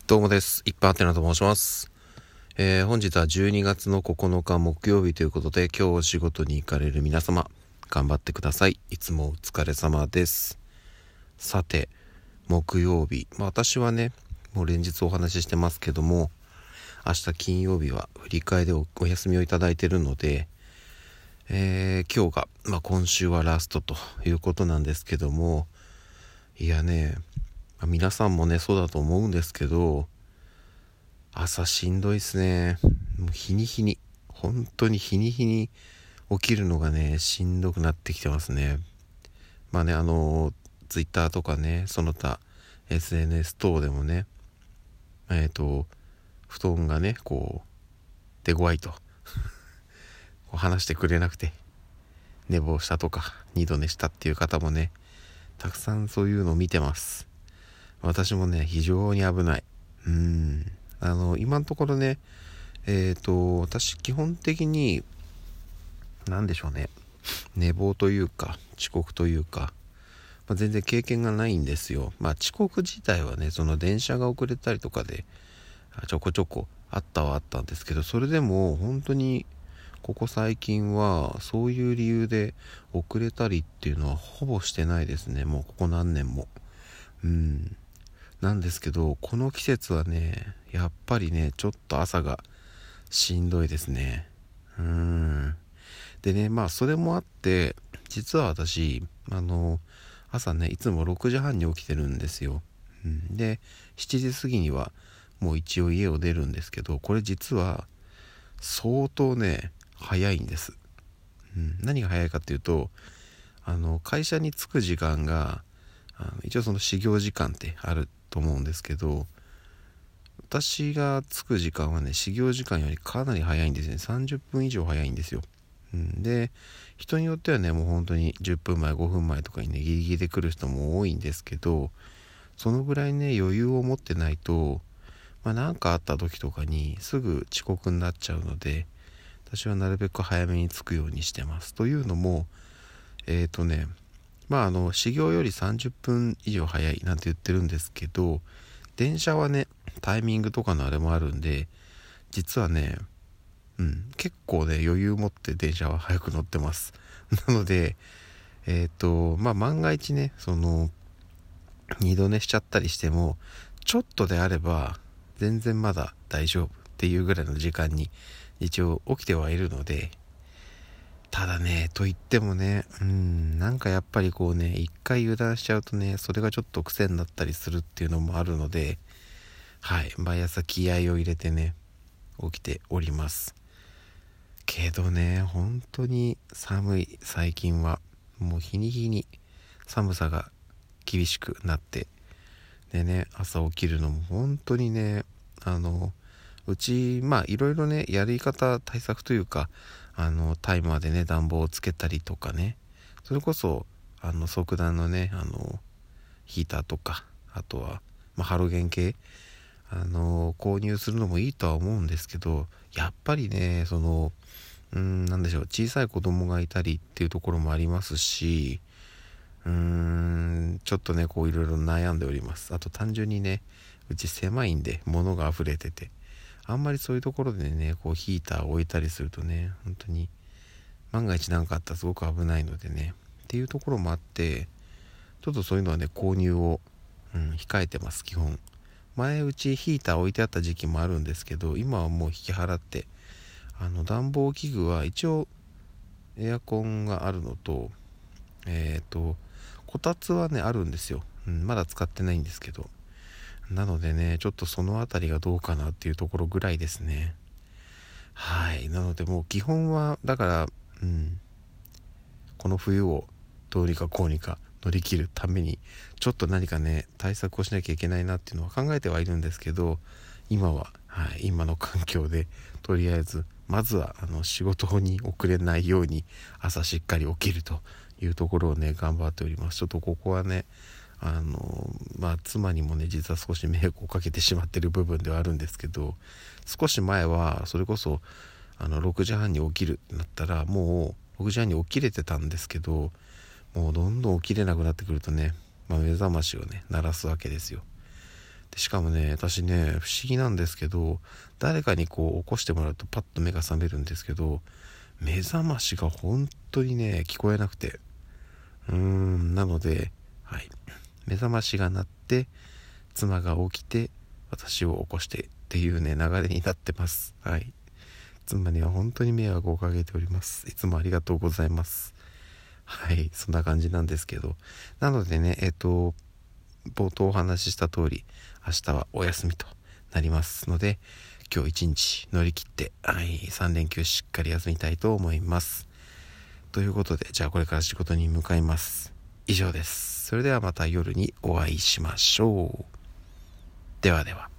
どうもです。一般アテナと申します。本日は12月の9日木曜日ということで、今日お仕事に行かれる皆様、頑張ってください。いつもお疲れ様です。さて、木曜日。私はね、もう連日お話ししてますけども、明日金曜日は振り替えで お休みをいただいているので、今日が、今週はラストということなんですけども、いやね、皆さんもねそうだと思うんですけど、朝しんどいっすね。もう日に日に本当に日に日に起きるのがねしんどくなってきてますね。ツイッターとかね、その他 SNS 等でもね、布団がねこう手強いと話してくれなくて寝坊したとか二度寝したっていう方もねたくさんそういうのを見てます。私もね非常に危ない。今のところね、私基本的に何でしょうね、寝坊というか遅刻というか、全然経験がないんですよ。遅刻自体はね、その電車が遅れたりとかでちょこちょこあったんですけど、それでも本当にここ最近はそういう理由で遅れたりっていうのはほぼしてないですね。もうここ何年も。なんですけど、この季節はねやっぱりねちょっと朝がしんどいですね。でね、それもあって実は私朝ねいつも6時半に起きてるんですよ。で7時過ぎにはもう一応家を出るんですけど、これ実は相当ね早いんです。何が早いかっていうと、会社に着く時間が一応その始業時間ってあると思うんですけど、私が着く時間はね始業時間よりかなり早いんですね。30分以上早いんですよ。で人によってはねもう本当に10分前5分前とかにねギリギリで来る人も多いんですけど、そのぐらいね余裕を持ってないと何かあった時とかにすぐ遅刻になっちゃうので、私はなるべく早めに着くようにしてます。というのも始業より30分以上早いなんて言ってるんですけど、電車はねタイミングとかのあれもあるんで、実はね結構ね余裕持って電車は早く乗ってます。なので万が一ねその二度寝しちゃったりしてもちょっとであれば全然まだ大丈夫っていうぐらいの時間に一応起きてはいるので、ただねと言ってもねなんかやっぱりこうね一回油断しちゃうとねそれがちょっと癖になったりするっていうのもあるので、毎朝気合を入れてね起きておりますけどね、本当に寒い。最近はもう日に日に寒さが厳しくなって、でね朝起きるのも本当にねうちいろいろねやり方対策というかタイマーでね暖房をつけたりとかね、それこそ即暖のねヒーターとか、あとはハロゲン系購入するのもいいとは思うんですけど、やっぱりねなんでしょう、小さい子供がいたりっていうところもありますし、ちょっとねこういろいろ悩んでおります。あと単純にねうち狭いんで物が溢れてて、あんまりそういうところでねこうヒーターを置いたりするとね本当に万が一何かあったらすごく危ないのでねっていうところもあって、ちょっとそういうのはね購入を、控えてます。基本前うちヒーター置いてあった時期もあるんですけど、今はもう引き払って暖房器具は一応エアコンがあるのとこたつはねあるんですよ。まだ使ってないんですけど、なのでねちょっとそのあたりがどうかなっていうところぐらいですね。なのでもう基本はだから、この冬をどうにかこうにか乗り切るためにちょっと何かね対策をしなきゃいけないなっていうのは考えてはいるんですけど、今は、今の環境でとりあえずまずは仕事に遅れないように朝しっかり起きるというところをね頑張っております。ちょっとここはね妻にもね実は少し迷惑をかけてしまってる部分ではあるんですけど、少し前はそれこそ6時半に起きるってなったらもう6時半に起きれてたんですけど、もうどんどん起きれなくなってくるとね、目覚ましをね鳴らすわけですよ。 でしかもね、私ね、不思議なんですけど、誰かにこう起こしてもらうとパッと目が覚めるんですけど、目覚ましが本当にね、聞こえなくて。なので、はい。目覚ましが鳴って、妻が起きて、私を起こしてっていうね、流れになってます。はい。妻には本当に迷惑をかけております。いつもありがとうございます。はい。そんな感じなんですけど。なのでね、冒頭お話しした通り、明日はお休みとなりますので、今日一日乗り切って、はい、3連休しっかり休みたいと思います。ということで、じゃあこれから仕事に向かいます。以上です。それではまた夜にお会いしましょう。ではでは。